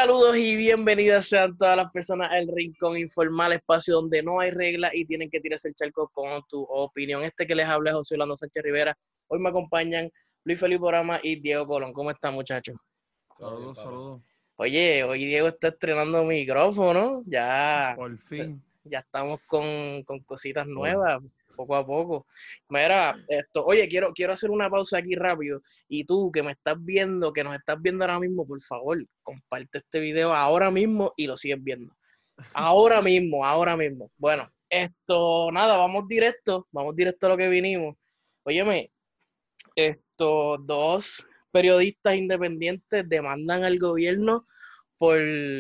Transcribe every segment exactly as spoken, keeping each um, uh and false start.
Saludos y bienvenidas sean todas las personas al Rincón Informal, espacio donde no hay reglas y tienen que tirarse el charco con tu opinión. Este que les habla es José Orlando Sánchez Rivera. Hoy me acompañan Luis Felipe Borama y Diego Colón. ¿Cómo están, muchachos? Saludos, saludos. Oye, hoy Diego está estrenando micrófono. Ya, Por fin. ya estamos con, con cositas Hola. nuevas, poco a poco. Mira, esto, oye, quiero, quiero hacer una pausa aquí rápido. Y tú que me estás viendo, que nos estás viendo ahora mismo, por favor, comparte este video ahora mismo y lo sigues viendo. Ahora mismo, ahora mismo. Bueno, esto, nada, vamos directo, vamos directo a lo que vinimos. Óyeme, estos dos periodistas independientes demandan al gobierno por,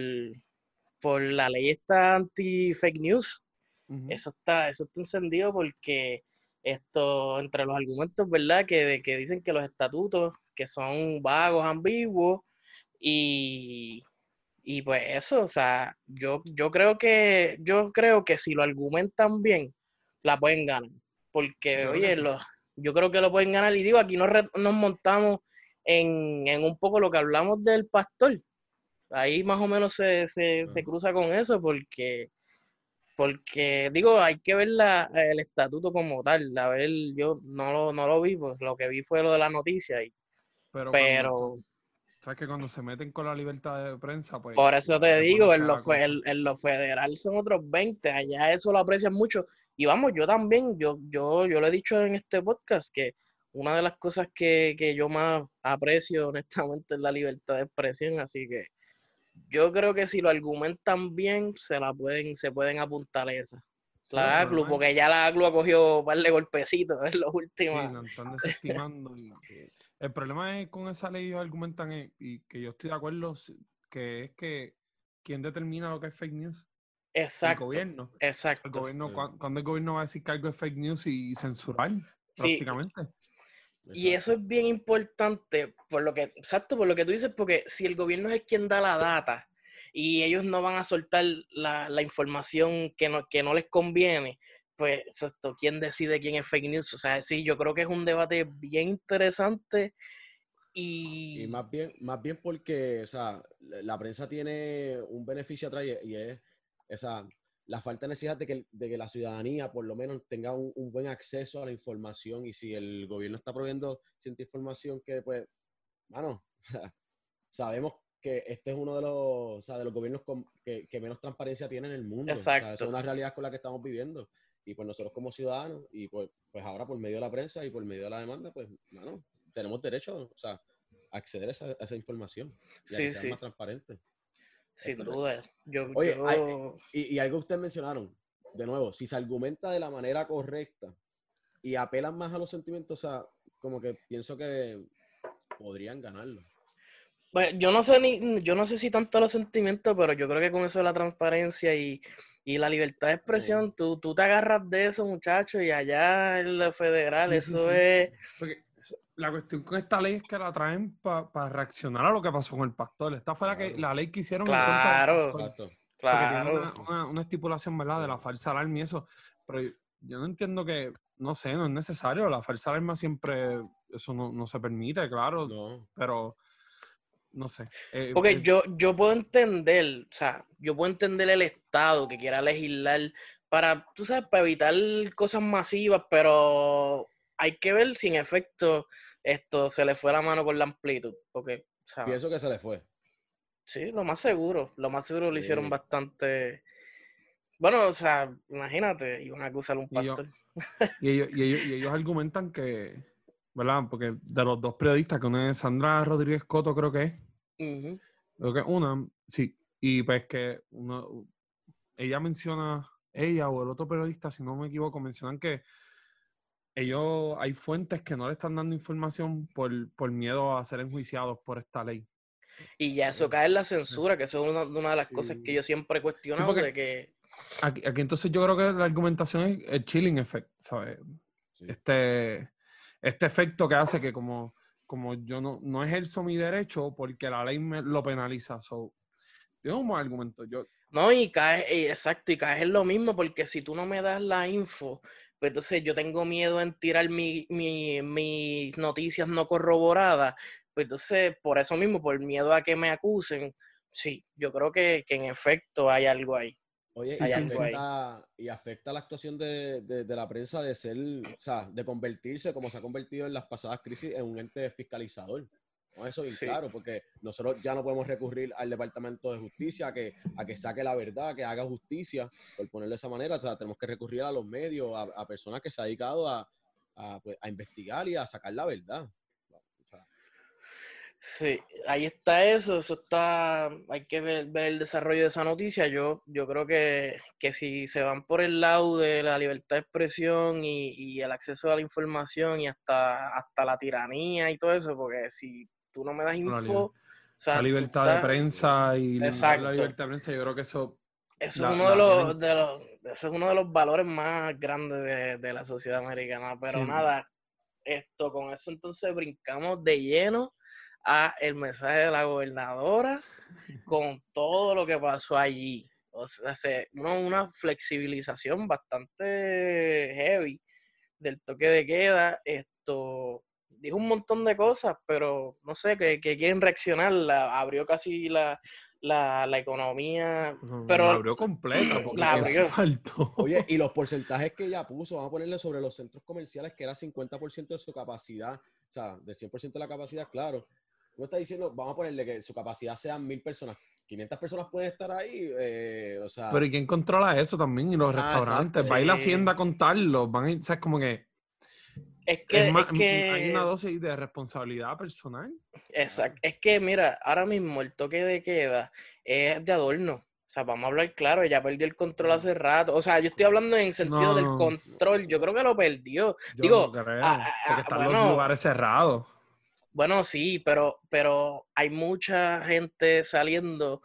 por la ley esta anti-fake news. Ujú. Eso está, eso está encendido porque esto, entre los argumentos, ¿verdad? Que, que dicen que los estatutos, que son vagos, ambiguos, y, y pues eso, o sea, yo, yo creo que, yo creo que si lo argumentan bien, la pueden ganar. Porque, Yo creo oye, que sí. lo, yo creo que lo pueden ganar. Y digo, aquí nos, re- nos montamos en, en un poco lo que hablamos del pastor. Ahí más o menos se, se, se Ah. cruza con eso porque porque, digo, hay que ver la, el estatuto como tal. A ver, yo no lo, no lo vi, pues lo que vi fue lo de la noticia. Y, Pero cuando, tú- pero sabes que cuando se meten con la libertad de prensa, pues por eso te se pone digo, en fea lo, la fe- cosa. en, en lo federal son otros veinte. Allá eso lo aprecian mucho. Y vamos, yo también, yo, yo, yo lo he dicho en este podcast, que una de las cosas que, que yo más aprecio, honestamente, es la libertad de expresión. Así que yo creo que si lo argumentan bien, se la pueden, se pueden apuntar esa. Sí, el La A C L U, problema es, porque ya la A C L U ha cogido un par de golpecitos en los sí, últimos. la están desestimando. Y el problema es con esa ley ellos argumentan, eh, y que yo estoy de acuerdo, sí, que es que ¿quién determina lo que es fake news? El Exacto, gobierno. O sea, el exacto. gobierno, Sí. ¿cuán- ¿cuándo el gobierno va a decir que algo es fake news y censurar Sí, prácticamente? y eso Exacto. es bien importante, por lo que, exacto, por lo que tú dices, porque si el gobierno es quien da la data y ellos no van a soltar la, la información que no, que no les conviene, pues, exacto, ¿quién decide quién es fake news? O sea, sí, yo creo que es un debate bien interesante Y y más bien, más bien porque, o sea, la la prensa tiene un beneficio atrás y y es, o sea, la falta de necesidad de que, de que la ciudadanía por lo menos tenga un, un buen acceso a la información y si el gobierno está proveyendo cierta información que, pues, mano, sabemos que este es uno de los, o sea, de los gobiernos con- que, que menos transparencia tiene en el mundo. O sea, eso exacto. es una realidad con la que estamos viviendo. Y pues nosotros como ciudadanos, y pues, pues ahora por medio de la prensa y por medio de la demanda, pues, mano, tenemos derecho, o sea, a acceder a esa, a esa información y a que Sí, sean sí, más transparentes. Es sin correcto. duda. Yo, Oye, hay- yo, y, y algo que ustedes mencionaron, de nuevo, si se argumenta de la manera correcta y apelan más a los sentimientos, o sea, como que pienso que podrían ganarlo. Pues yo no sé ni, yo no sé si tanto los sentimientos, pero yo creo que con eso de la transparencia y, y la libertad de expresión, No. tú, tú te agarras de eso, muchachos, y allá en lo federal, Sí, sí, eso sí. es, Porque la cuestión con esta ley es que la traen para reaccionar a lo que pasó con el pastor. Esta fue la, que, Claro. la ley que hicieron en contra del claro, pastor. Exacto. Porque tiene claro. una, una, una estipulación, ¿verdad? De la Sí. falsa alarma y eso. Pero yo, yo no entiendo que, no sé, no es necesario. La falsa alarma siempre, eso no, no se permite, claro. No. Pero, no sé. Eh, Porque eh, yo, yo puedo entender, o sea, yo puedo entender el Estado que quiera legislar para, tú sabes, para evitar cosas masivas, pero hay que ver si en efecto esto se le fue la mano con la amplitud, porque, o sea, Pienso que se le fue. sí, lo más seguro, lo más seguro lo hicieron Sí. bastante. Bueno, o sea, imagínate, iban a acusar a un y, ellos, pastor. y, ellos, y, ellos, y ellos argumentan que, ¿verdad? Porque de los dos periodistas, que una es Sandra Rodríguez Coto, creo que es. Ujú. Creo que una, sí. Y pues que uno, ella menciona, ella o el otro periodista, si no me equivoco, mencionan que ellos, hay fuentes que no le están dando información por, por miedo a ser enjuiciados por esta ley. Y ya eso Oh, cae en la Sí. censura, que eso es una, una de las cosas que sí. yo siempre he Sí, cuestionado, porque de que, aquí, aquí entonces yo creo que la argumentación es el chilling effect, ¿sabes? Sí. Este, este efecto que hace que como, como yo no, no ejerzo mi derecho porque la ley me lo penaliza. So, tengo un buen argumento. Yo, no, y caes, y exacto, y caes en lo mismo, porque si tú no me das la info, pues entonces yo tengo miedo en tirar mi, mi, mis noticias no corroboradas, pues entonces por eso mismo, por miedo a que me acusen, sí, yo creo que, que en efecto hay algo ahí. Oye, Hay y, sí, algo sí. ahí. afecta, y afecta la actuación de, de- de la prensa de ser, o sea, de convertirse, como se ha convertido en las pasadas crisis, en un ente fiscalizador. Con eso bien Sí. claro, porque nosotros ya no podemos recurrir al Departamento de Justicia a que, a que saque la verdad, que haga justicia, por ponerlo de esa manera. O sea, tenemos que recurrir a los medios, a, a personas que se han dedicado a, a, pues, a investigar y a sacar la verdad. O sea, Sí, ahí está eso, eso está, hay que ver, ver el desarrollo de esa noticia. Yo, yo creo que, que si se van por el lado de la libertad de expresión y, y el acceso a la información y hasta, hasta la tiranía y todo eso, porque si tú no me das La info, liber- o esa sea, tú libertad de estás, prensa y limitar la exacto, libertad de prensa, yo creo que eso eso es la, uno de la los, tienen. de los, ese es uno de los valores más grandes de, de la sociedad americana, pero Sí, nada, esto, con eso entonces brincamos de lleno a el mensaje de la gobernadora con todo lo que pasó allí. O sea, se, una, una flexibilización bastante heavy del toque de queda. Esto dijo un montón de cosas, pero no sé, que, que quieren reaccionar. La, abrió casi la, la, la economía, no, la pero abrió completa, la poquito abrió. faltó. oye, y los porcentajes que ella puso, vamos a ponerle sobre los centros comerciales, que era cincuenta por ciento de su capacidad, o sea, de cien por ciento de la capacidad, claro. No está diciendo, vamos a ponerle que su capacidad sean mil personas. quinientas personas pueden estar ahí, eh, o sea. Pero ¿y quién controla eso también? Y los Ah, restaurantes, exacto. va a ir la Sí. hacienda a contarlos, van a ir, ¿sabes? Como que Es es que, más, es hay una que dosis de responsabilidad personal. Exacto. Claro. Es que, mira, ahora mismo el toque de queda es de adorno. O sea, vamos a hablar claro, ella perdió el control hace rato. O sea, yo estoy hablando en sentido No, del no, control. Yo creo que lo perdió. yo no Digo, a- creo, porque a- a- están los bueno, lugares cerrados. bueno, sí, pero, pero hay mucha gente saliendo.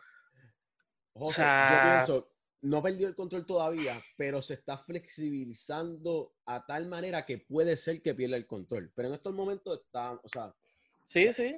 O José, yo sea, pienso, no perdió el control todavía, pero se está flexibilizando a tal manera que puede ser que pierda el control. Pero en estos momentos está, o sea, sí, sí.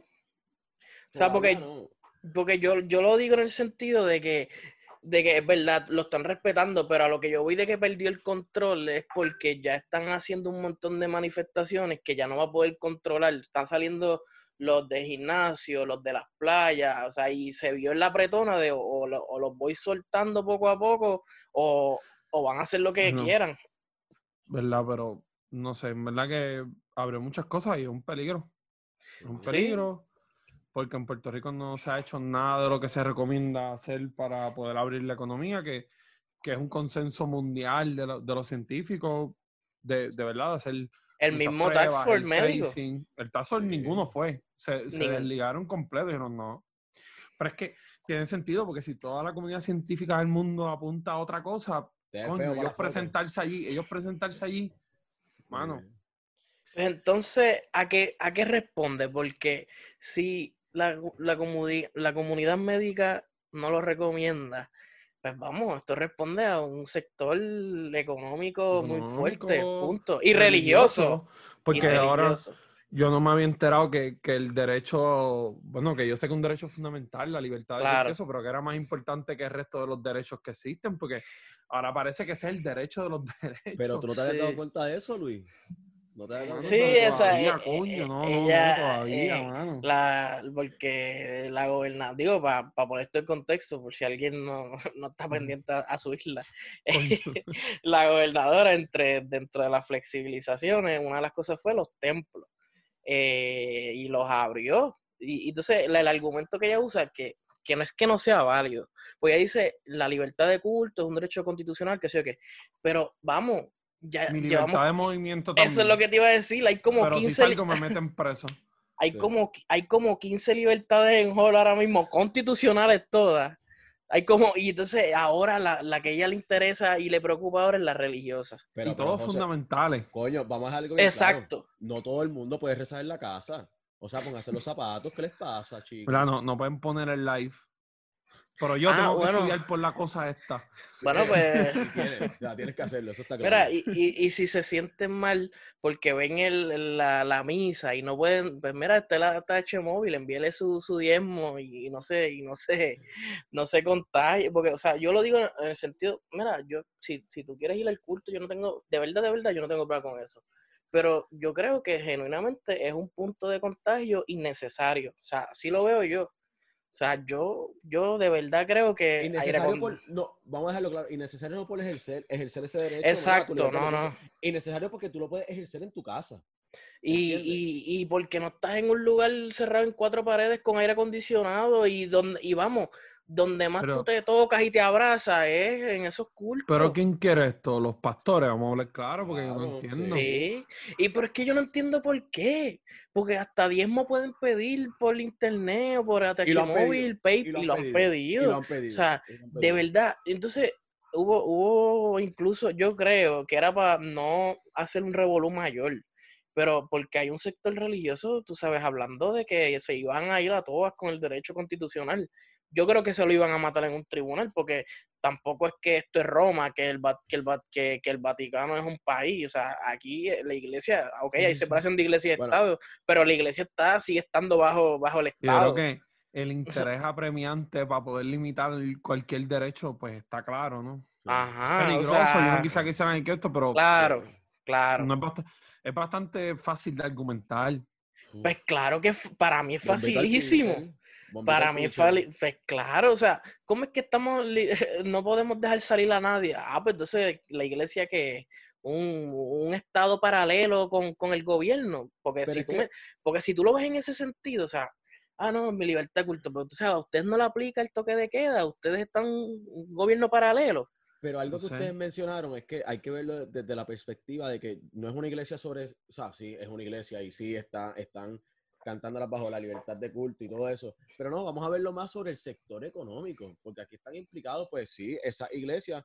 O sea, todavía porque, no. porque yo, yo lo digo en el sentido de que de que es verdad, lo están respetando, pero a lo que yo voy de que perdió el control es porque ya están haciendo un montón de manifestaciones que ya no va a poder controlar. Están saliendo los de gimnasio, los de las playas, o sea, y se vio en la apretona de o, o, lo- o los voy soltando poco a poco o, o van a hacer lo que No, quieran. ¿verdad? Pero no sé, en verdad que abrió muchas cosas y es un peligro. Es un Sí, peligro porque en Puerto Rico no se ha hecho nada de lo que se recomienda hacer para poder abrir la economía, que, que es un consenso mundial de, lo- de los científicos, de, de verdad, de hacer el muchas mismo Tax pruebas, Force el médico. tracing, el tazo ninguno Sí. fue, se, se Ningún. desligaron completo y dijeron no. Pero es que tiene sentido porque si toda la comunidad científica del mundo apunta a otra cosa, Te ves coño, feo para ellos la foto. presentarse allí, ellos presentarse allí, mano, Sí. Entonces, ¿a qué, a qué responde? Porque si la, la, comuni- la comunidad médica no lo recomienda, pues vamos, esto responde a un sector económico muy fuerte, económico, punto. Y religioso, religioso, y porque ahora religioso. yo no me había enterado que, que el derecho, bueno, que yo sé que un derecho fundamental, la libertad de cualquier Claro. eso, pero que era más importante que el resto de los derechos que existen, porque ahora parece que ese es el derecho de los Pero derechos. tú no te habías dado Sí. cuenta de eso, Luis. No te habías dado Mano, Sí, cuenta pero de eso. esa, eh, todavía, eh, coño, no, no, no, ella, todavía, eh, mano. la, porque la gobernadora, digo, para poner esto en contexto, por si alguien no, no está pendiente a, a su isla, Coño. la gobernadora, entre, dentro de las flexibilizaciones, una de las cosas fue los templos, eh, y los abrió. Y, y entonces, el, el argumento que ella usa es que, que no es que no sea válido, pues ella dice, la libertad de culto es un derecho constitucional, que sé yo qué, pero vamos, ya Mi llevamos. libertad de movimiento Eso es lo también. que te iba a decir. Hay como Pero si quince, li- salgo me meten preso. hay Sí. como, hay como quince libertades en Hall ahora mismo, constitucionales todas. Hay como, y entonces ahora la, la que a ella le interesa y le preocupa ahora es la religiosa. Y Pero, pero, todos José, fundamentales. coño, vamos a dejar algo bien claro. Exacto. No todo el mundo puede rezar en la casa. O sea, pónganse los zapatos. ¿Qué les pasa, ¿Verdad? chicos? No, no pueden poner el live. Pero yo Ah, tengo que bueno, estudiar por la cosa esta. Sí, bueno, eh, pues, y tienes, ya tienes que hacerlo, eso está mira, claro. y, y, y si se sienten mal porque ven el, la, la misa y no pueden, pues mira, este la está hecho móvil, envíele su, su diezmo y no sé, y no sé, no se contagie, porque, o sea, yo lo digo en el sentido, mira, yo, si, si tú quieres ir al culto, yo no tengo, de verdad, de verdad, yo no tengo problema con eso. Pero yo creo que genuinamente es un punto de contagio innecesario. O sea, así lo veo yo. O sea, yo, yo de verdad creo que Innecesario aire por, no, vamos a dejarlo claro, innecesario no por ejercer, ejercer ese derecho, Exacto, mira, tu no, libertad de- no. innecesario porque tú lo puedes ejercer en tu casa, ¿entiendes? Y, y, y porque no estás en un lugar cerrado en cuatro paredes con aire acondicionado y donde, y vamos, donde más tú Pero, te tocas y te abrazas es en esos pero cultos. ¿quién quiere esto? Los pastores, vamos a hablar claro, porque yo no Claro, entiendo. sí. Sí, y pero es que yo no entiendo por qué, porque hasta diezmo pueden pedir por internet o por Y lo han pedido, A T H Móvil, Pay, y lo y han lo han pedido, y lo pedido. O han pedido, sea, y lo han de pedido. verdad, entonces hubo, hubo incluso, yo creo que era para no hacer un revolú mayor, pero porque hay un sector religioso, tú sabes, hablando de que se iban a ir a todas con el derecho constitucional. Yo creo que se lo iban a matar en un tribunal, porque tampoco es que esto es Roma, que el, que el, que, que el Vaticano es un país. O sea, aquí la iglesia, ok, Sí, hay sí, sí. separación de iglesia y Bueno, Estado, pero la iglesia está, sigue estando bajo, bajo el Yo creo Estado. que el O sea, interés apremiante para poder limitar cualquier derecho, pues está claro, ¿no? sí, Es ajá, o peligroso, yo no sea, quisiera que hicieran esto, pero claro, sí. claro. no es, bast- es bastante fácil de argumentar. Pues Uf, claro que f- para mí es bombito al facilísimo. pincher, bombito al Para mí es pincher. fácil, pues claro, o sea, ¿cómo es que estamos, li- no podemos dejar salir a nadie? Ah, pues entonces la iglesia que un, un estado paralelo con, con el gobierno, porque Pero si es tú me, que, porque si tú lo ves en ese sentido, o sea, ah, no, mi libertad de culto, pero o sea, a ustedes no le aplica el toque de queda, ustedes están un gobierno paralelo. pero No algo que sé. ustedes mencionaron es que hay que verlo desde la perspectiva de que no es una iglesia sobre, o sea, sí, es una iglesia y sí está, están cantándolas bajo la libertad de culto y todo eso, pero no, vamos a verlo más sobre el sector económico, porque aquí están implicados, pues sí, esa iglesia,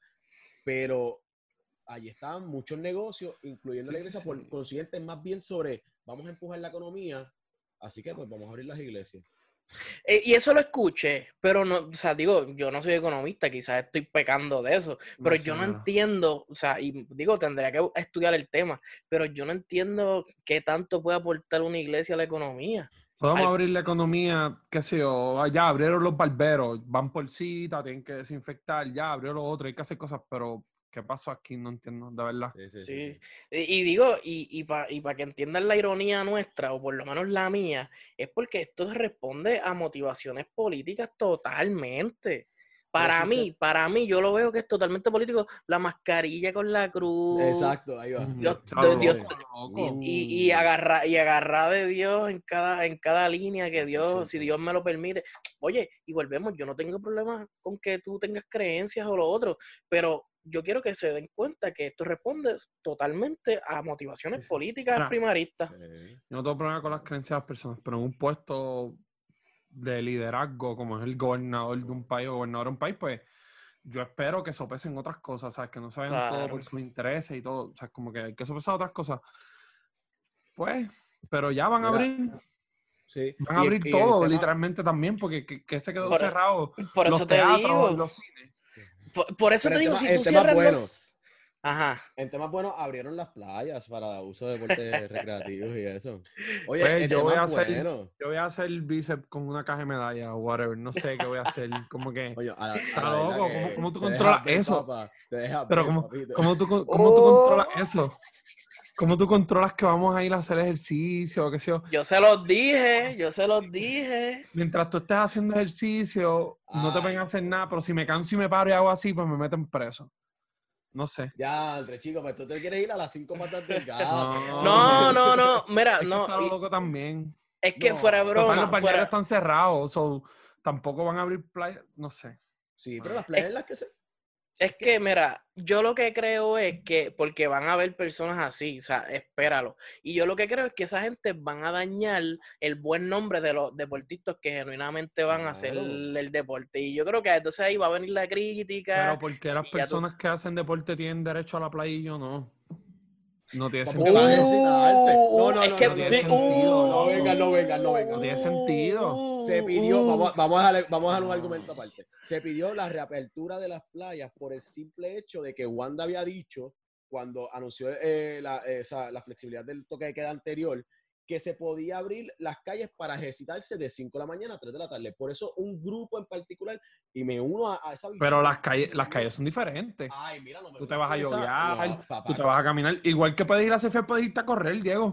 pero allí están muchos negocios, incluyendo Sí, la sí, iglesia, sí. por consiguiente más bien sobre, vamos a empujar la economía, así que pues vamos a abrir las iglesias. Eh, y eso lo escuché, pero no, o sea, digo, yo no soy economista, quizás estoy pecando de eso, pero No sé, yo no mira. entiendo, o sea, y digo, tendría que estudiar el tema, pero yo no entiendo qué tanto puede aportar una iglesia a la economía. Podemos Al- abrir la economía, qué sé yo, ya abrieron los barberos, van por cita, tienen que desinfectar, ya abrió lo otro, hay que hacer cosas, pero ¿qué pasó aquí? No entiendo, de verdad. Sí, sí, sí, sí, sí. y, y digo, y, y para y pa que entiendan la ironía nuestra, o por lo menos la mía, es porque esto responde a motivaciones políticas totalmente. Pero Para si usted, mí, para mí, yo lo veo que es totalmente político. La mascarilla con la cruz, exacto, ahí va. Ujú. Dios, Chao, de- Dios, Sí. loco, loco. y, y, y Uh, agarrar y agarrar de Dios en cada, en cada línea que Dios, si cien por ciento. Dios me lo permite. Oye, y volvemos, yo no tengo problema con que tú tengas creencias o lo otro, pero yo quiero que se den cuenta que esto responde totalmente a motivaciones Sí, sí. políticas Mira, primaristas. Sí. yo no tengo problema con las creencias de las personas, pero en un puesto de liderazgo, como es el gobernador de un país o gobernador de un país, pues yo espero que sopesen otras cosas, ¿sabes? Que no se vayan todo Claro. por sus intereses y todo, o sea, como que hay que sopesar otras cosas. Pues, pero ya van a Mira, abrir, sí. van a Y, en- abrir y en el todo, tema, literalmente también, porque que, que se quedó Por, cerrado por eso los te teatros y digo, los cines. por, por eso pero te en digo, tema, si en tú temas cierras buenos, los... Ajá. en temas buenos abrieron las playas para uso de deportes recreativos y eso. Oye, Pues en yo voy temas a hacer, buenos. yo voy a hacer bíceps con una caja de medalla o whatever, no sé qué voy a hacer, como que, Coño, a la, a está la verdad loco, ¿cómo, que cómo tú te dejas controlas ver, eso? papá. Te dejas Pero ver, ¿cómo, papito. cómo tú, cómo tú controlas Oh, eso? ¿Cómo tú controlas que vamos a ir a hacer ejercicio o qué sé yo? yo se los dije, yo se los dije. Mientras tú estés haciendo ejercicio, no te ven a Ay, hacer no. nada, pero si me canso y me paro y hago así, pues me meten preso. No sé. Ya, André, chico, pues tú te quieres ir a las cinco patas del No, No, no, no, mira, es que no, está y- loco también. es que fuera No. Total, los broma, balnearios fuera, están cerrados, so, tampoco van a abrir playas, no sé. Sí, pero las es playas en las que se... Es ¿Qué? que, mira, yo lo que creo es que, porque van a haber personas así, o sea, espéralo. Y yo lo que creo es que esa gente van a dañar el buen nombre de los deportistas que genuinamente van a hacer Claro. el deporte. Y yo creo que entonces ahí va a venir la Pero crítica ¿por qué las y ya tú... personas que hacen deporte tienen derecho a la playa y yo no? No tiene Pues porque van a sentido. ejercitarse. No, Uh, no, es no, que... no, No no, tiene no, sí, no. sentido, No vengan, no loco. vengan, no vengan. No tiene uh, sentido. Se uh, pidió, uh. vamos, a- vamos, a darle, vamos a dar un No. argumento aparte. Se pidió la reapertura de las playas por el simple hecho de que Wanda había dicho, cuando anunció eh, la, eh, esa- la flexibilidad del toque de queda anterior, que se podía abrir las calles para ejercitarse de cinco de la mañana a tres de la tarde. Por eso un grupo en particular, y me uno a, a esa visión. Pero las calles, las calles son diferentes. Ay, mira, no me Tú te vengas vas a con esa... yoguear, No, tú papá, te vas a caminar. Igual que puedes ir a hacer fe, puedes irte a correr, Diego.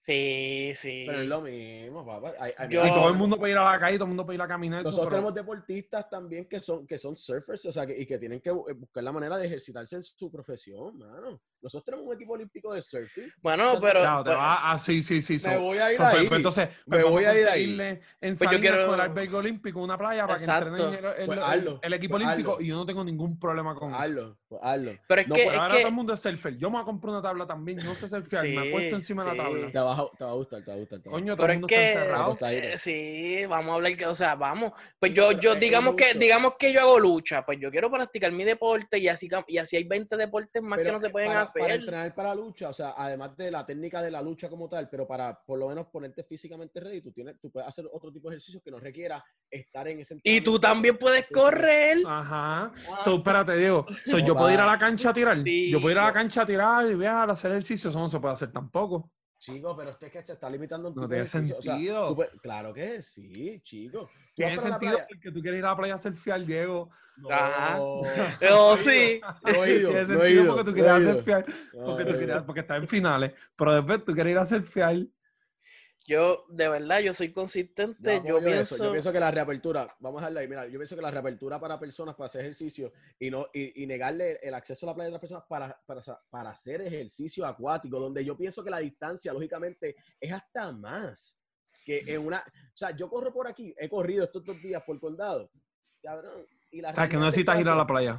Sí, sí. Pero es lo mismo, papá. Hay, hay, Yo- Y todo el no. mundo puede ir a la calle, todo el mundo puede ir a caminar. eso, Nosotros pero- tenemos deportistas también que son, que son surfers, o sea, que, y que tienen que bu- buscar la manera de ejercitarse en su profesión, mano. Nosotros tenemos un equipo olímpico de surfing. Bueno, O sea, pero Claro, te pues, vas a... Sí, sí, sí. Me so- voy a ir pues, pues, ahí. pues, entonces, pues Me vamos voy a a ir ahí. conseguirle en Pues yo Salinas quiero- con el albergue olímpico una playa para que Exacto. entrenen el, el- Pues el- hazlo, el equipo pues olímpico hazlo. y yo no tengo ningún problema con Pues eso. hazlo, pues hazlo. pero es No, que, pues, es Ahora que todo el mundo es surfer. Yo me voy a comprar una tabla también. No sé surfear. me acuesto sí, encima de la sí. tabla. te, va a, te va a gustar, te va a gustar. Te va a Coño, gustar. todo Pero el es mundo que, está encerrado. Acostadito. eh, sí, vamos a hablar que, o sea, vamos. Pues Sí, yo, pero yo es- es digamos que, justo. digamos que yo hago lucha, pues yo quiero practicar mi deporte y así, cam- y así hay veinte deportes más Pero que no se eh, pueden para, hacer. para entrenar para lucha, o sea, además de la técnica de la lucha como tal, pero para por lo menos ponerte físicamente ready, tú, tienes, tú puedes hacer otro tipo de ejercicios que no requiera estar en ese Y tú entrenamiento también puedes específico. correr. Ajá. Ah. So, espérate, Diego. So, No, yo puedo ir a pa. la cancha a tirar. Sí. Yo puedo ir a la No. cancha a tirar y viajar a hacer ejercicio. Eso no se puede hacer tampoco. Chico, pero usted que se está limitando a un No tipo tiene de ejercicio. O sea, sentido. tú puedes- claro que sí, chico. ¿Tú vas Tiene para la sentido playa? porque tú quieres ir a la playa a surfear, Diego. No, Ajá. no Oh, he sí. ido, no he ido, Tiene no he sentido ido, porque tú no quieres he ir a ido. surfear. No, Porque, no tú he querías, ido. porque está en finales. Pero después tú quieres ir a surfear. Yo, de verdad, yo soy Yo consistente. Yo, apoyo eso. pienso. Yo pienso que la reapertura, vamos a dejarla ahí, mira, yo pienso que la reapertura para personas para hacer ejercicio y no y, y negarle el acceso a la playa a otras personas para, para, para hacer ejercicio acuático, donde yo pienso que la distancia, lógicamente, es hasta más que en una... O sea, yo corro por aquí, he corrido estos dos días por condado, cabrón, y la O sea, que no realidad del necesitas ir a caso- la playa.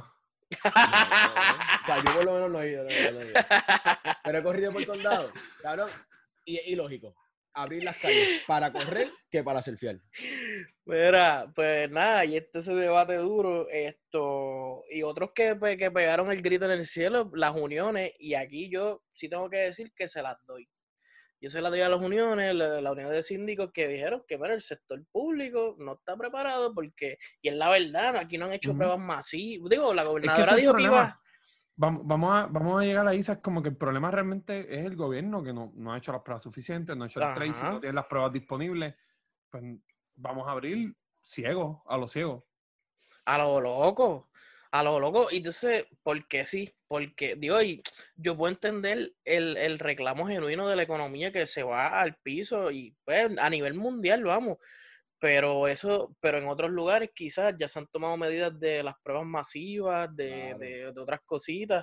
No, o sea, yo por lo menos no he ido, no he ido, no he ido. Pero he corrido por condado, cabrón, y es ilógico abrir las calles para correr que para surfear. Mira, pues nada, y este ese debate duro, esto, y otros que, pe- que pegaron el grito en el cielo, las uniones, y aquí yo sí tengo que decir que se las doy. Yo se las doy a las uniones, la, la unión de síndicos que dijeron que mira, el sector público no está preparado porque, y es la verdad, aquí no han hecho Ujú. pruebas masivas. Digo, la Es que gobernadora ese es el dijo que iba. problema. Vamos, vamos, a, vamos a llegar ahí, es como que el problema realmente es el gobierno que no, no ha hecho las pruebas suficientes, no ha hecho el Ajá. tracing, no tiene las pruebas disponibles. Pues vamos a abrir ciegos, a los ciegos. A lo loco, a lo loco. Y entonces, ¿por qué sí? Porque, digo, y yo puedo entender el, el reclamo genuino de la economía que se va al piso y pues a nivel mundial, vamos. Pero eso, pero en otros lugares quizás ya se han tomado medidas de las pruebas masivas, de, Claro. de, de otras cositas.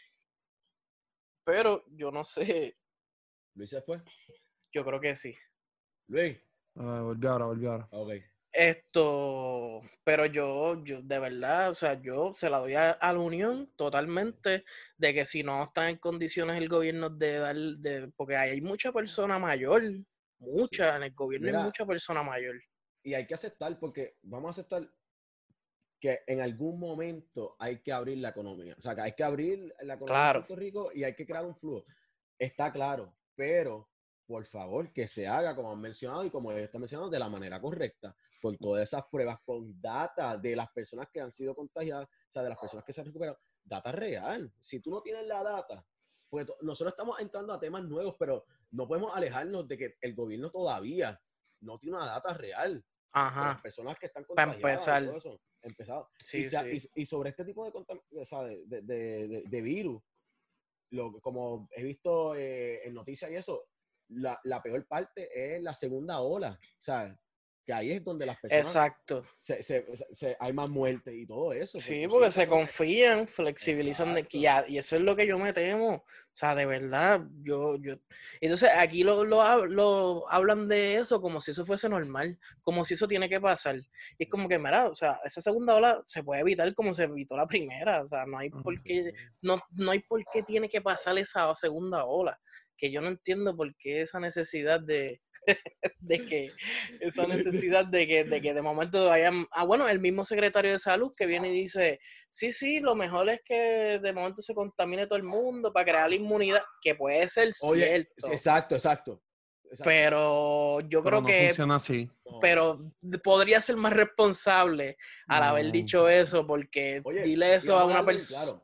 Pero yo no sé, Luis se fue. yo creo que sí. Luis. Ah, volvió ahora, volvió ahora. Ok. Esto, pero yo, yo, de verdad, o sea, yo se la doy a, a la Unión totalmente de que si no está en condiciones el gobierno de dar, de, porque hay mucha persona mayor, mucha, en el gobierno Mira, hay mucha persona mayor. Y hay que aceptar, porque vamos a aceptar que en algún momento hay que abrir la economía. O sea, que hay que abrir la economía Claro. de Puerto Rico y hay que crear un flujo. Está claro, pero por favor que se haga como han mencionado y como está mencionado de la manera correcta, con todas esas pruebas, con data de las personas que han sido contagiadas, o sea, de las personas que se han recuperado, data real. Si tú no tienes la data, pues to- nosotros estamos entrando a temas nuevos, pero no podemos alejarnos de que el gobierno todavía no tiene una data real de las Ajá, personas que están para contagiadas empezar. y todo eso. Empezado. Sí, y, se- sí. y- y sobre este tipo de, contam- o sea, de, de- de- de- de virus, lo, como he visto eh, en noticias y eso, la, la peor parte es la segunda ola. O sea, que ahí es donde las personas Exacto. se, se- se- se- hay más muerte y todo eso. Sí, porque se consigue- confían, flexibilizan de Exacto. que ya, y eso es lo que yo me temo. O sea, de verdad, yo, yo. Entonces aquí lo, lo, hab- lo hablan de eso como si eso fuese normal, como si eso tiene que pasar. Y es como que, mira, o sea, esa segunda ola se puede evitar como se evitó la primera. O sea, no hay por qué, no, no hay por qué tiene que pasar esa segunda ola. Que yo no entiendo por qué esa necesidad de, de que esa necesidad de que, de que de momento vayan, ah bueno, el mismo secretario de salud que viene y dice, sí, sí, lo mejor es que de momento se contamine todo el mundo para crear la inmunidad, que puede ser Oye, cierto, sí, exacto, exacto. exacto. pero yo Pero creo no que, funciona así. No. pero podría ser más responsable al haber No. dicho eso, porque Oye, dile y eso a vamos una darle bien persona. claro,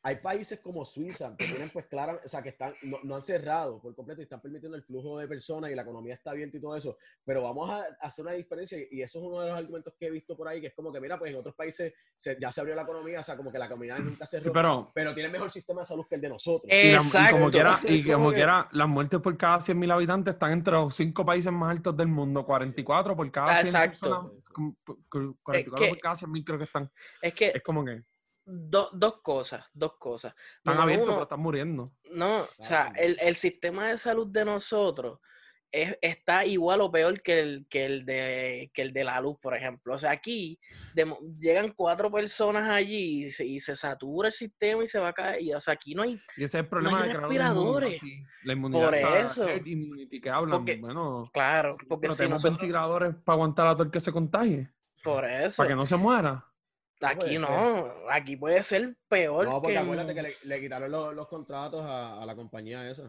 hay países como Suiza que tienen pues claro, o sea, que están, no, no han cerrado por completo y están permitiendo el flujo de personas y la economía está abierta y todo eso, pero vamos a hacer una diferencia y eso es uno de los argumentos que he visto por ahí, que es como que mira, pues en otros países se, ya se abrió la economía, o sea, como que la economía nunca cerró, Sí, pero, pero tienen mejor sistema de salud que el de nosotros. y, la- y como Exacto. quiera, y Es como como que- quiera, las muertes por cada cien mil habitantes están entre los cinco países más altos del mundo, cuarenta y cuatro por cada cien Exacto. personas, como- por- por- Es cuarenta y cuatro por que, cada cien mil creo que están. es que Es como que do- dos cosas, dos cosas. están Número abiertos, pero uno, están muriendo. no, o sea, Exacto. el, el sistema de salud de nosotros es, está igual o peor que el, que el de que el de la luz, por ejemplo. O sea, aquí de mo- llegan cuatro personas allí y se, y se satura el sistema y se va a caer. Y, o sea, aquí no hay, Y ese es el no problema hay de crear una inmunidad. respiradores. Sí. La inmunidad Por está, eso. herd immunity que hablan. Porque, Bueno, claro, sí, porque pero si tenemos nosotros, ventiladores para aguantar a todo el que se contagie, por para que eso, no se muera. No, aquí pues, es que- no, aquí puede ser peor no, que porque en- acuérdate que le, le quitaron los, los contratos a, a la compañía esa.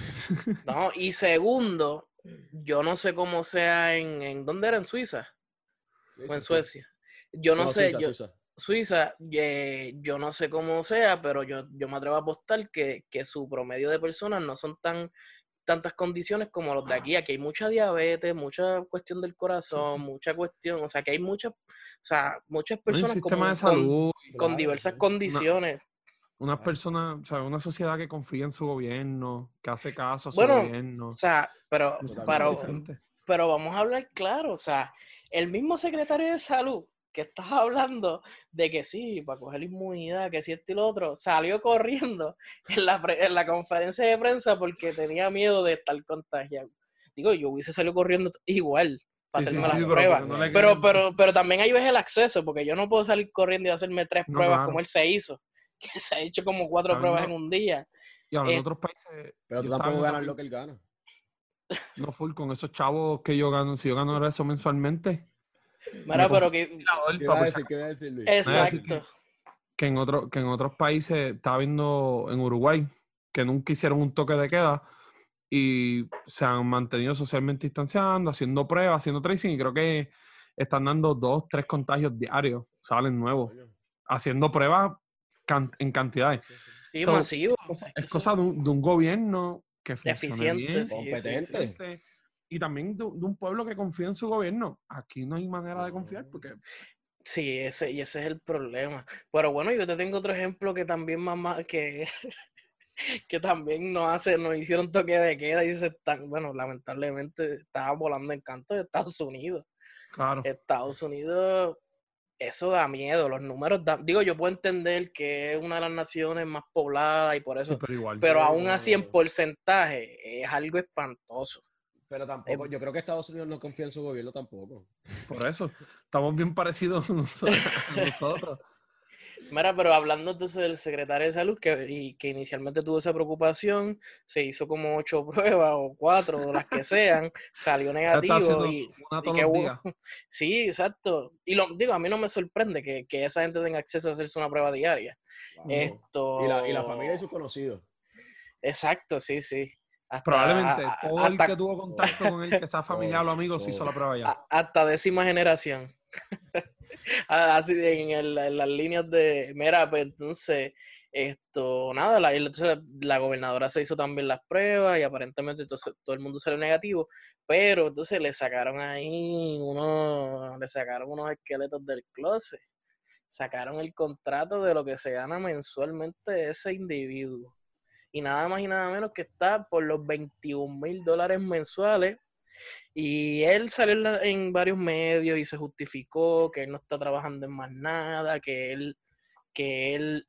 No, y segundo, yo no sé cómo sea en, en ¿dónde era? ¿En Suiza? Sí, ¿O en sí, sí. Suecia? Yo no, No, sé, Suiza, yo, Suiza. Suiza, eh, yo no sé cómo sea, pero yo, yo me atrevo a apostar que, que su promedio de personas no son tan tantas condiciones como los de aquí. Aquí hay mucha diabetes, mucha cuestión del corazón, mucha cuestión, o sea, que hay muchas, o sea, muchas No hay un personas sistema de como, con, salud, con Claro, diversas sí. condiciones. unas Claro. personas, o sea, una sociedad que confía en su gobierno, que hace caso a su Bueno, o gobierno. sea, pero, Muchas cosas Totalmente. pero, diferentes. pero vamos a hablar claro, o sea, el mismo secretario de salud que estás hablando de que sí, para coger inmunidad, que si esto y lo otro, salió corriendo en la, pre- en la conferencia de prensa porque tenía miedo de estar contagiado. Digo, yo hubiese salido corriendo igual para Sí, sí, hacerme sí, las Claro, pero pruebas. porque no le Pero, queden. pero, pero también ahí ves el acceso, porque yo no puedo salir corriendo y hacerme tres No, pruebas claro. como él se hizo, que se ha hecho como cuatro pruebas en Habiendo- un día. Y hablando de Eh, otros países, Pero yo tú estaba tampoco viendo ganas también, lo que él gana. no full con esos chavos que yo gano, si yo gano eso mensualmente, me Mira, compro pero que... un ventilador ¿Qué para iba a por si decir? ¿Qué iba a decir, Luis? acaso. Me iba a decir que, Exacto. que en otro, que en otros países, estaba viendo en Uruguay, que nunca hicieron un toque de queda y se han mantenido socialmente distanciando, haciendo pruebas, haciendo tracing, y creo que están dando dos, tres contagios diarios, salen nuevos, Coño. haciendo pruebas can- en cantidades. Sí, sí. Sí, So, masivo. es cosa, Es que es cosa eso de, un, de un gobierno que es funcione eficiente, bien, sí, sí, sí. Competente. eficiente, y también de, de un pueblo que confía en su gobierno. Aquí no hay manera de confiar No. porque Sí, ese, y ese es el problema. Pero bueno, yo te tengo otro ejemplo que también mamá, que, que también nos hace, nos hicieron toque de queda y se están, bueno, lamentablemente estaba volando en canto de Estados Unidos. claro, Estados Unidos, eso da miedo, los números dan, digo, yo puedo entender que es una de las naciones más pobladas y por sí, eso, pero igual. pero Sí, aún no, así en no. porcentaje es algo espantoso. Pero tampoco, yo creo que Estados Unidos no confía en su gobierno tampoco. Por eso, estamos bien parecidos noso- a nosotros. Mira, pero hablando entonces del secretario de salud, que, y que inicialmente tuvo esa preocupación, se hizo como ocho pruebas o cuatro, o las que sean, salió Ya está negativo haciendo y, una y todos qué los bueno. días. Sí, exacto. Y lo digo, a mí no me sorprende que, que esa gente tenga acceso a hacerse una prueba diaria. Wow. Esto... Y, la, y la familia y sus conocidos. Exacto, sí, sí. Hasta, Probablemente a- todo el hasta, que tuvo contacto con él, que sea familiar o amigo, se hizo todo. la prueba ya. a- hasta décima generación. Así en, el- en las líneas de, mira, pues entonces, esto, nada, la, entonces la gobernadora se hizo también las pruebas y aparentemente entonces, todo el mundo salió negativo, pero entonces le sacaron ahí unos, le sacaron unos esqueletos del closet, sacaron el contrato de lo que se gana mensualmente ese individuo. Y nada más y nada menos que está por los veintiún mil dólares mensuales. Y él salió en, la- en varios medios y se justificó que él no está trabajando en más nada, que él, que él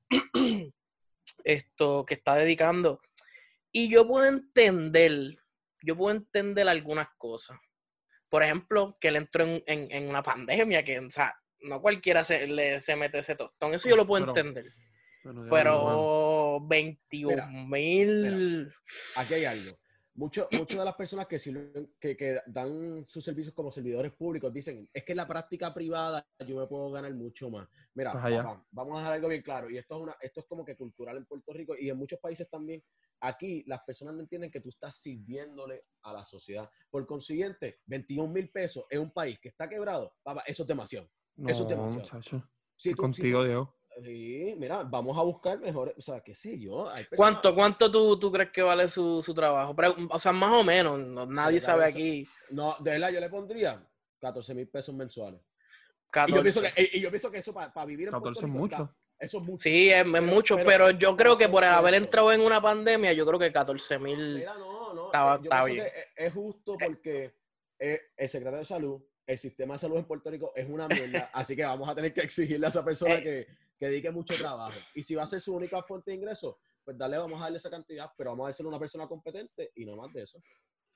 esto, que está dedicando. Y yo puedo entender, yo puedo entender algunas cosas. Por ejemplo, que él entró en, en, en una pandemia, que, o sea, no cualquiera se, le, se mete ese tostón. Eso yo lo puedo Pero- entender. Bueno, ya Pero digo, mano. Mira, veintiún mil... Aquí hay algo. Mucho- Muchas de las personas que, sirven- que, que dan sus servicios como servidores públicos dicen, es que en la práctica privada yo me puedo ganar mucho más. Mira, Pues allá. papá, vamos a dejar algo bien claro. Y esto es, una, esto es como que cultural en Puerto Rico y en muchos países también. Aquí las personas no entienden que tú estás sirviéndole a la sociedad. Por consiguiente, veintiún mil pesos en un país que está quebrado, papá, eso es demasiado. No, Eso es demasiado. muchacho. Si Estoy tú, si contigo, tú, Diego. Sí, mira, vamos a buscar mejores, o sea, qué sé yo. Hay personas, ¿Cuánto, cuánto tú, tú crees que vale su, su trabajo? Pero, o sea, más o menos, no- nadie sabe secretario de sa- aquí. no, de verdad, yo le pondría catorce mil pesos mensuales. Y yo pienso catorce. que, y yo pienso que eso para vivir en Puerto catorce es Rico está, mucho. eso es mucho. Sí, es, es Pero, mucho, pero, pero yo creo pero que por haber entiendo. entrado en una pandemia, yo creo que catorce mil Mira, no, no, está, eh, yo está pienso que bien. es, es justo porque eh, el secretario de salud, el sistema de salud en Puerto Rico es una mierda, así que vamos a tener que exigirle a esa persona Eh, que, que dedique mucho trabajo. Y si va a ser su única fuente de ingreso, pues dale, vamos a darle esa cantidad, pero vamos a dárselo a una persona competente y no más de eso.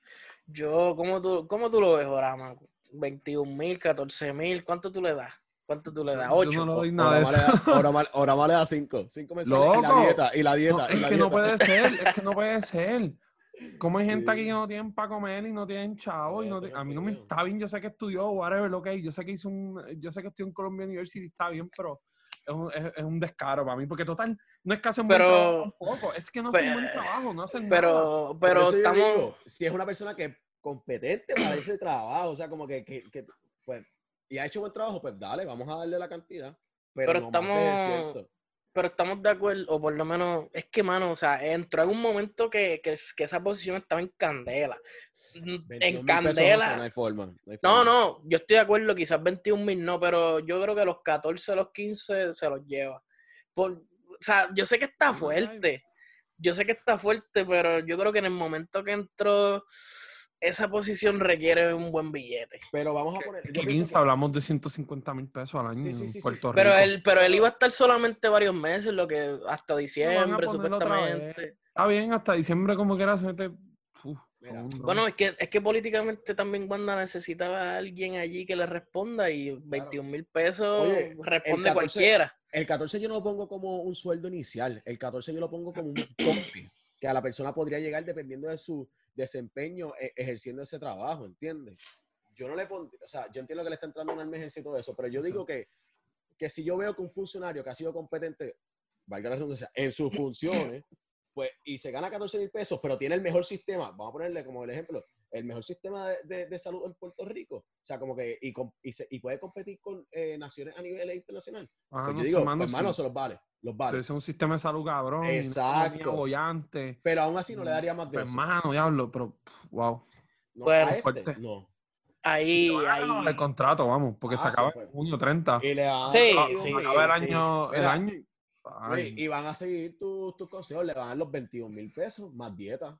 yo, ¿cómo tú, cómo tú lo ves, Orama? veintiún mil, catorce mil, ¿cuánto tú le das? ¿Cuánto tú le das? Yo, yo no ocho. le doy O- nada Ahora de más eso. le da, ahora más, ahora más le da cinco, cinco mensuales y la ¡Loco! dieta, y la No, dieta, y es la que no dieta. puede ser, es que no puede ser. Como hay gente aquí Sí. que no tienen para comer y no tienen chavo y no Esto ti- es a mí no me estúpido. está bien, yo sé que estudió, whatever, lo que yo sé que hizo un, yo sé que estoy en Columbia University, está bien, pero es un, es, es un descaro para mí, porque total, no es que hacen buen trabajo Pero, tampoco, es que no hacen buen pe- trabajo, no hacen nada. pero, Por pero eso yo estamos, digo, si es una persona que es competente para ese trabajo, o sea, como que, que, que, pues, y ha hecho buen trabajo, pues dale, vamos a darle la cantidad, pero pero no más de estamos, cierto. pero estamos de acuerdo, o por lo menos, es que, mano, o sea, entró en un momento que, que, que esa posición estaba en candela. En veintiún mil pesos, José, no candela. hay forma. No, hay No, forma. no, yo estoy de acuerdo, quizás veintiún mil no, pero yo creo que los catorce, los quince se los lleva. Por, o sea, yo sé que está Bueno, ya, fuerte, yo sé que está fuerte, pero yo creo que en el momento que entró, esa posición requiere un buen billete. Pero vamos a que, poner, es yo que pienso quince que, hablamos de ciento cincuenta mil pesos al año sí, sí, en sí, sí, Puerto Pero Rico. él, pero no, él no, iba a estar solamente varios meses, lo que hasta Lo van a diciembre, poner otra vez. supuestamente. Está bien, hasta diciembre como quiera se mete. Uf, son mira, un don. Bueno, es que, es que políticamente también Wanda necesitaba a alguien allí que le responda y claro. veintiún mil pesos Oye, el responde catorce, cualquiera. el catorce yo no lo pongo como un sueldo inicial, el catorce yo lo pongo como un tope que a la persona podría llegar dependiendo de su desempeño e- ejerciendo ese trabajo, ¿entiendes? Yo no le pondría, o sea, yo entiendo que le está entrando una emergencia y todo eso, pero yo digo que, que si yo veo que un funcionario que ha sido competente, valga la redundancia, en sus funciones, pues, y se gana catorce mil pesos, pero tiene el mejor sistema, vamos a ponerle como el ejemplo, el mejor sistema de, de, de salud en Puerto Rico, o sea, como que, y, com- y, se, y puede competir con eh, naciones a nivel internacional, Ah, pues yo no sé, digo, mano, pues si mano, se los vale, los vale. es un sistema de salud cabrón y una economía Exacto. bollante. Pero aún así no le daría más de Pues, eso. mano, diablo, pero, pff, wow, No, Bueno, a es este, fuerte. no. Y le ahí, van a renovar el ahí. contrato, vamos, porque se Ah, sí, acaba pues. en junio treinta. Y le van a dar Sí, Acaba, veintidós sí, acaba mil. el sí, sí. año, el Mira, año. y- Luis, Ay, y van a seguir tus tus consejos, le van a dar los veintidós mil pesos más dieta.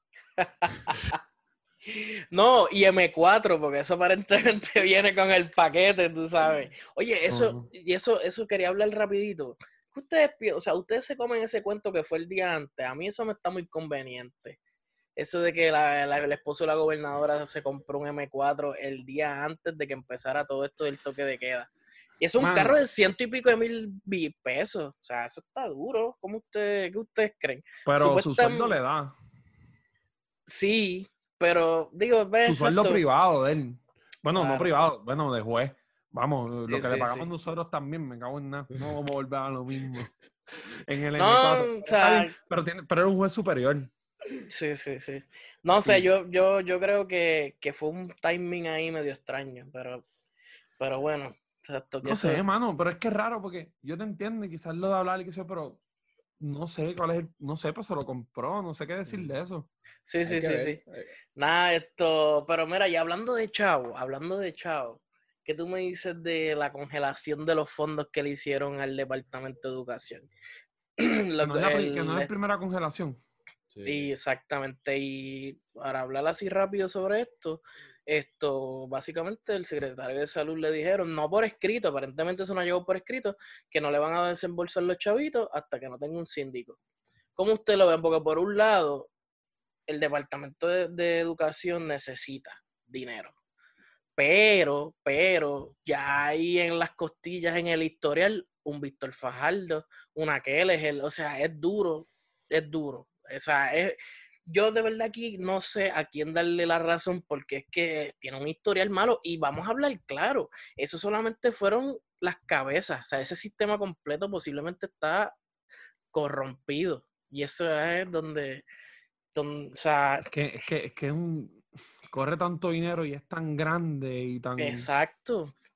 No, y eme cuatro, porque eso aparentemente viene con el paquete, tú sabes. Oye, eso, no. y eso, eso quería hablar rapidito. ¿Qué ustedes, pi- o sea, ustedes se comen ese cuento que fue el día antes? A mí eso me está muy conveniente. Eso de que la, la- el esposo de la gobernadora se compró un eme cuatro el día antes de que empezara todo esto del toque de queda. Y eso es un Mano, carro de ciento y pico de mil bi- pesos. O sea, eso está duro. ¿Cómo ustedes, qué ustedes creen? pero su sueldo Supuestamente, le da. sí, pero digo, ve, Su sueldo exacto. privado de él. Bueno, no Claro. privado, bueno, de juez. Vamos, lo Sí, que le sí, pagamos sí. nosotros también, me cago en nada. No vamos a volver a lo mismo. En el eme cuatro. No, o Pero está bien, sea, pero, tiene, pero era un juez superior. sí, sí, sí. No sé, Y yo, yo, yo creo que, que fue un timing ahí medio extraño, pero, pero bueno, exacto, que no eso, sé, mano, pero es que es raro porque yo te entiendo y quizás lo de hablar y qué sé yo, pero no sé cuál es el, no sé, pues se lo compró, no sé qué decir de eso. sí, Hay sí, que sí, ver. sí. Nada, esto, pero mira, y hablando de Chavo, hablando de Chavo, ¿qué tú me dices de la congelación de los fondos que le hicieron al Departamento de Educación? Que Lo no que- es la, pri- que no es el, la primera congelación. y Sí. exactamente, y para hablar así rápido sobre esto, esto, básicamente el secretario de salud le dijeron, no por escrito, aparentemente eso no llegó por escrito, que no le van a desembolsar los chavitos hasta que no tenga un síndico. ¿Cómo usted lo ve? Porque por un lado, el Departamento de, de Educación necesita dinero, pero, pero, ya hay en las costillas, en el historial, un Víctor Fajardo, una Keller, o sea, es duro, es duro. O sea, es, yo de verdad aquí no sé a quién darle la razón porque es que tiene un historial malo y vamos a hablar claro, eso solamente fueron las cabezas, o sea, ese sistema completo posiblemente está corrompido y eso es donde, donde o sea, Es que, es que, es que es un, corre tanto dinero y es tan grande y tan... exacto.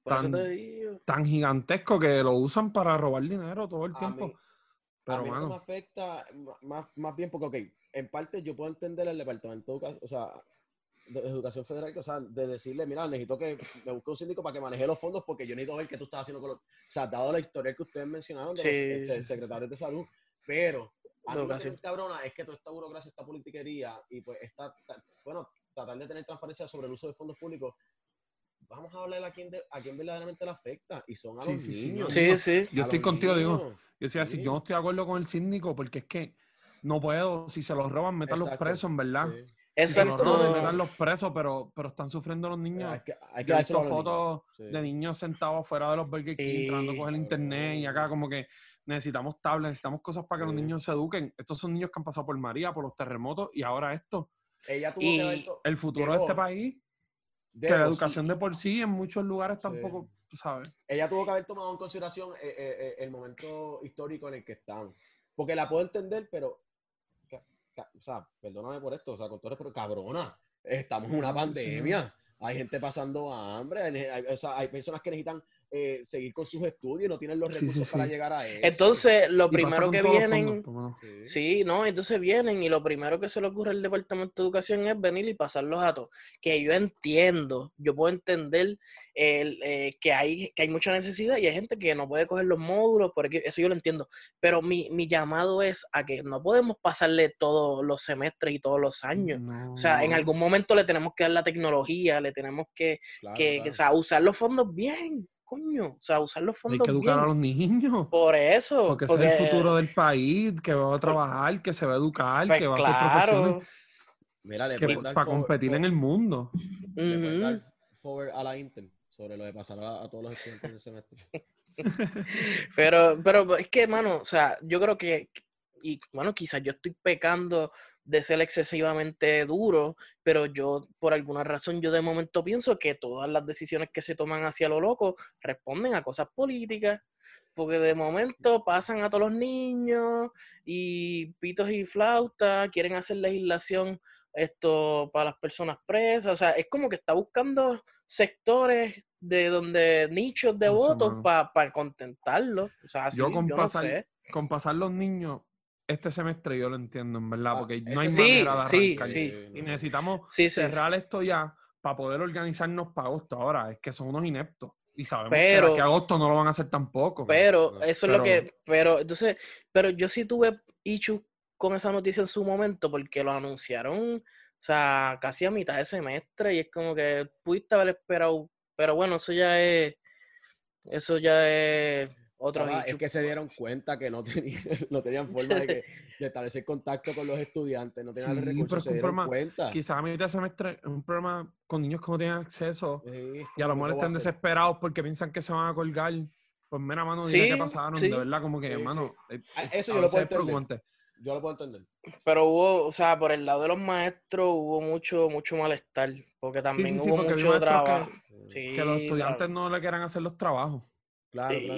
Por eso tan, te digo. tan gigantesco que lo usan para robar dinero todo el A tiempo. mí, Pero, a mí no me mano, afecta, ma- más, más bien porque, ok, en parte yo puedo entender el departamento de educación, o sea, de educación federal, que, o sea, de decirle, mira, necesito que me busque un síndico para que maneje los fondos porque yo necesito ver qué tú estás haciendo con los, o sea, dado la historia que ustedes mencionaron de los eh, Sí, se- secretarios de salud, pero a de mí lo que me educación. encabrona es que toda esta burocracia, esta politiquería y pues esta, ta- bueno, tratar de tener transparencia sobre el uso de fondos públicos, vamos a hablar a quién, de, a quién verdaderamente le afecta y son a sí, los sí, sí, niños. los Sí, niños. sí. Yo A estoy los contigo, digo, niños. yo decía así, Sí, yo no estoy de acuerdo con el síndico porque es que no puedo, si se los roban, metan los exacto. presos, en verdad. Sí. Si se En los este roban, momento, metan Exacto. los presos, pero, pero están sufriendo los eh, niños. hay que, hay que Yo he dárselo visto a los niños. fotos Sí. de niños sentados fuera de los Burger King tratando de Y coger el internet y acá como que necesitamos tablets, necesitamos cosas para que los Sí. niños se eduquen. Estos son niños que han pasado por María, por los terremotos y ahora esto. Ella tuvo que haber... Y to- El futuro de este Debo, país, que la debo, sí. educación de por sí en muchos lugares Sí. tampoco, tú sabes. Ella tuvo que haber tomado en consideración eh, eh, eh, el momento histórico en el que estamos. Porque la puedo entender, pero... ca- ca- O sea, perdóname por esto, o sea, con todo respeto, cabrona. Estamos en una No, sí, sí. pandemia. Hay gente pasando hambre. Hay, hay- o sea, hay personas que necesitan eh, seguir con sus estudios y no tienen los Sí, sí, recursos para sí. llegar a eso. entonces, lo Y pasa primero con que todos los fondos, vienen, pues, bueno. Sí. sí, ¿no? Entonces vienen y lo primero que se le ocurre al Departamento de Educación es venir y pasarlos a todos. Que yo entiendo, yo puedo entender el, eh, que, hay, que hay mucha necesidad y hay gente que no puede coger los módulos, porque eso yo lo entiendo. Pero mi, mi llamado es a que no podemos pasarle todos los semestres y todos los años. No, O sea, en no. algún momento le tenemos que dar la tecnología, le tenemos que, Claro, que, que, claro. o sea, usar los fondos bien, coño. O sea, usar los Hay fondos que educar a bien. los niños. Por eso, Porque ese es el porque, futuro del país, que va a por- trabajar, que se va a educar, pues que va a hacer profesiones, claro. Mira, le que pueden dar para forward, competir en for- el mundo. le pueden Ujú. dar forward a la Intel sobre lo de pasar a, a todos los estudiantes del semestre. Pero, pero es que, mano, o sea, yo creo que, y bueno, quizás yo estoy pecando de ser excesivamente duro, pero yo, por alguna razón, yo de momento pienso que todas las decisiones que se toman hacia lo loco responden a cosas políticas, porque de momento pasan a todos los niños y pitos y flautas, quieren hacer legislación esto para las personas presas, o sea, es como que está buscando sectores de donde nichos de No sé, votos mano. para contentarlos, o sea, Yo así, con yo no pasar, sé. con pasar los niños, este semestre yo lo entiendo, en verdad, Ah, porque no este hay semestre, Sí, manera de sí, arrancar. sí, eh, Y no. necesitamos sí, sí, sí. cerrar esto ya para poder organizarnos para agosto. Ahora, es que son unos ineptos. Y sabemos que de Pero, aquí a agosto no lo van a hacer tampoco. pero, No. eso es Pero- lo que, pero, entonces, pero yo sí tuve issues con esa noticia en su momento porque lo anunciaron, o sea, casi a mitad de semestre y es como que pudiste haber esperado, pero bueno, eso ya es, eso ya es otro Papá, es issue. que se dieron cuenta que no, tenía, no tenían forma de, que, de establecer contacto con los estudiantes, no tenían Sí, los pero recursos, es se que un dieron programa, cuenta. quizás a mitad de semestre es un programa con niños que no tienen acceso Sí, es y a como lo que, mejor ¿qué voy a están hacer? desesperados porque piensan que se van a colgar. Pues mira, mano, dime qué Sí, pasaron, sí. de verdad, como que, Sí, mano, sí. eh, Ah, eh, Eso a yo lo veces puedo es entender. preocupante. Yo lo puedo entender. Pero hubo, o sea, por el lado de los maestros hubo mucho, mucho malestar, porque Sí, también sí, sí, hubo porque vi mucho maestros trabajo. que, que los Sí, estudiantes tra- no le quieran hacer los trabajos. Claro, sí, claro.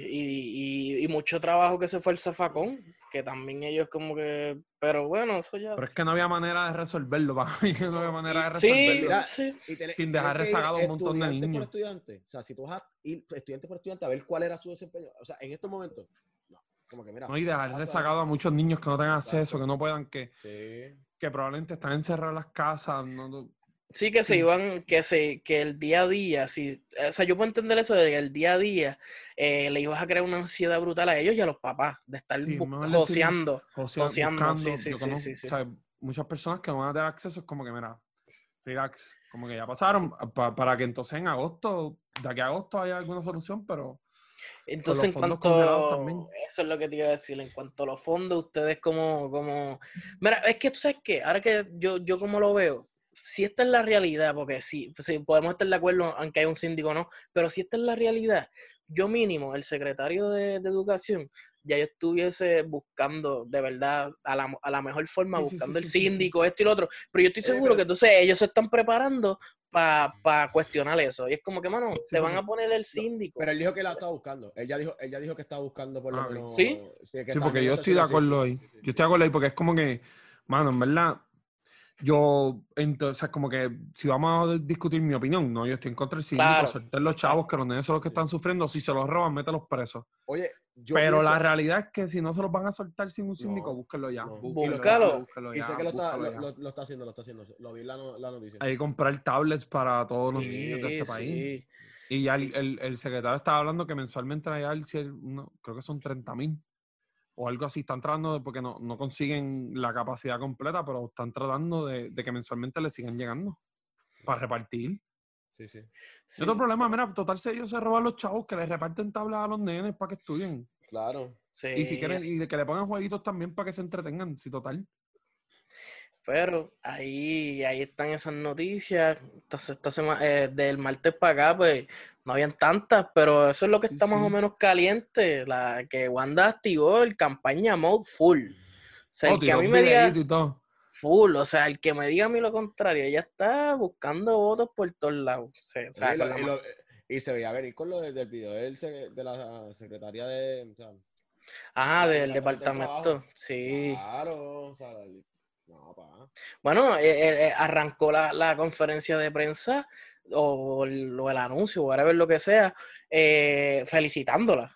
y, y, y mucho trabajo que se fue el zafacón, que también ellos como que, pero bueno, eso ya. Pero es que no había manera de resolverlo, para mí no había manera de Y, Sí, resolverlo. mira, sí. y, tener, Sin y dejar tener que ir rezagado a un montón de estudiante por niños. estudiante. O sea, si tú vas a ir estudiante por estudiante a ver cuál era su desempeño. O sea, en estos momentos, no. Como que mira. No, y dejar pasa, rezagado a muchos niños que no tengan acceso, exacto. que no puedan, que, Sí. que probablemente están encerrados en las casas. No, no- Sí, que se Sí. iban, que se, que el día a día, sí, o sea, yo puedo entender eso de que el día a día eh, le ibas a crear una ansiedad brutal a ellos y a los papás, de estar Sí, bus- mejor decir, joseando, José, joseando, buscando. sí, sí, Yo sí, conozco, sí, sí. o sea, muchas personas que no van a tener acceso, es como que, mira, relax, como que ya pasaron, pa- para que entonces en agosto, de aquí a agosto haya alguna solución, pero Entonces, en con los fondos congelados cuanto, también. eso es lo que te iba a decir, en cuanto a los fondos, ustedes como, como, mira, es que tú sabes qué, ahora que yo, yo como lo veo, si esta es la realidad, porque sí, sí, podemos estar de acuerdo aunque hay un síndico o no, pero si esta es la realidad, yo mínimo, el secretario de, de Educación, ya yo estuviese buscando de verdad a la, a la mejor forma, Sí, sí, buscando sí, el sí, sí, sí. síndico, esto y lo otro, pero yo estoy Oye, seguro pero- que entonces ellos se están preparando para pa cuestionar eso, y es como que, mano, Sí, te van porque- a poner el síndico. Pero él dijo que la estaba buscando. Él ya dijo, él ya dijo que estaba buscando por lo Ah, ok. menos. ¿Sí? Sí, que Sí, estaba en porque yo estoy de negociaciones, sí, acuerdo sí, ahí. sí, sí. Yo estoy de acuerdo ahí porque es como que, mano, en verdad, yo, entonces, como que si vamos a discutir mi opinión, no, yo estoy en contra del síndico, Claro. soltar los chavos, que los nenes son los que están sufriendo, si se los roban, mételos presos. Oye, yo Pero pienso... la realidad es que si no se los van a soltar sin un síndico, No, búsquenlo ya. no. Búsquenlo, Búscalo. ya, búsquenlo Y ya, sé que lo está, búsquenlo lo, ya. lo- lo está haciendo, lo está haciendo. Lo vi en la, no- la noticia. Hay que comprar tablets para todos los Sí, niños de este país. sí. Y ya Sí. el, el, el secretario estaba hablando que mensualmente hay al ciel- no, creo que son treinta mil o algo así. Están tratando de, porque no, no consiguen la capacidad completa, pero están tratando de, de que mensualmente le sigan llegando para repartir. Sí, sí. Sí. Otro problema, mira, total se ellos se roban los chavos que les reparten tablas a los nenes para que estudien. Claro. Sí. Y si quieren, y que le pongan jueguitos también para que se entretengan, sí, total. Pero ahí, ahí están esas noticias. Esta, esta semana, eh, del martes para acá, pues no habían tantas, pero eso es lo que Sí, está más sí. o menos caliente. La que Wanda activó el campaña mode full. O sea, Oh, el que a tiró mí un me diga videíto y todo. full, o sea, el que me diga a mí lo contrario, ella está buscando votos por todos lados. O sea, o sea, Oye, y, lo- con la y ma- lo- y se veía venir con lo de- del video del, se- de la secretaria de... O sea, Ajá, la del Departamento del Trabajo. departamento. Sí. Claro, o sea, la- no, pa. Bueno, eh, eh, eh, arrancó la, la conferencia de prensa o el, o el anuncio, whatever lo que sea, eh, felicitándola.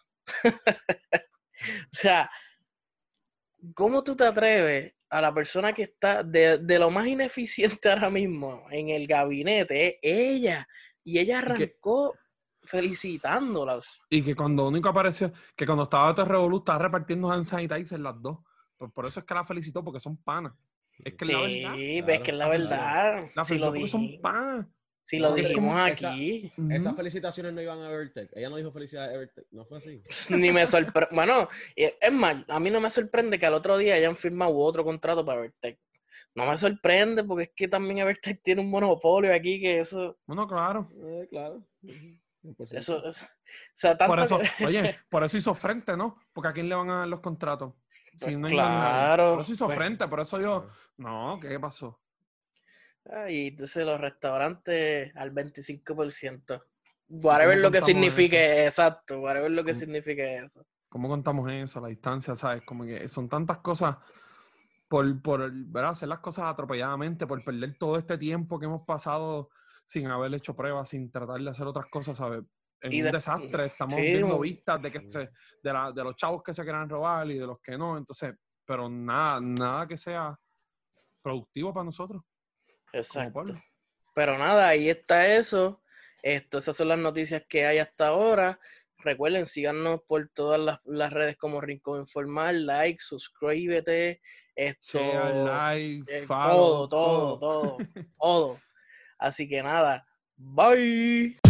O sea, ¿cómo tú te atreves a la persona que está de, de lo más ineficiente ahora mismo en el gabinete? Es ella. Y ella Y que, arrancó felicitándolas. y que cuando único apareció, que cuando estaba Te Revolú, estaba repartiendo hand sanitizer las dos. Por, por eso es que la felicitó, porque son panas. Es que es la verdad. Sí, Claro, ves que es la La felicitó, verdad. la Si felicitó lo porque son dijimos, panas. si No, lo Porque es dijimos como- esa- aquí. Esas Ujú. felicitaciones no iban a Evertech. Ella no dijo felicidades a Evertech. No fue así. Ni me sorprende. Bueno, eh, es más, a mí no me sorprende que al otro día hayan firmado otro contrato para Evertech. No me sorprende porque es que también Evertech tiene un monopolio aquí que eso, Bueno, claro. Eh, claro. Ujú, cien por ciento. eso, eso- o sea, tanto Por eso, que- oye, por eso hizo frente, ¿no? Porque a quién le van a dar los contratos. Si Pues no hay más nadie. claro, Por eso hizo pues, frente, por eso yo. Ajá. No, ¿qué pasó? ah, y entonces los restaurantes al veinticinco por ciento. ¿Y Whatever cómo lo que contamos signifique, exacto, whatever lo que ¿Cómo? signifique eso. ¿Cómo contamos eso? La distancia, ¿sabes? Como que son tantas cosas por, por ¿verdad? Hacer las cosas atropelladamente, por perder todo este tiempo que hemos pasado sin haber hecho pruebas, sin tratar de hacer otras cosas, ¿sabes? En Y un de- desastre, estamos sí, viendo un- vistas de que se, de, la, de los chavos que se quieran robar y de los que no, entonces, pero nada, nada que sea productivo para nosotros como exacto. pueblo. Pero nada, ahí está eso. Esto, esas son las noticias que hay hasta ahora. Recuerden, síganos por todas las, las redes como Rincón Informal, like, suscríbete, esto, Share, like, eh, follow, todo, todo, todo. todo, todo. Así que nada, bye.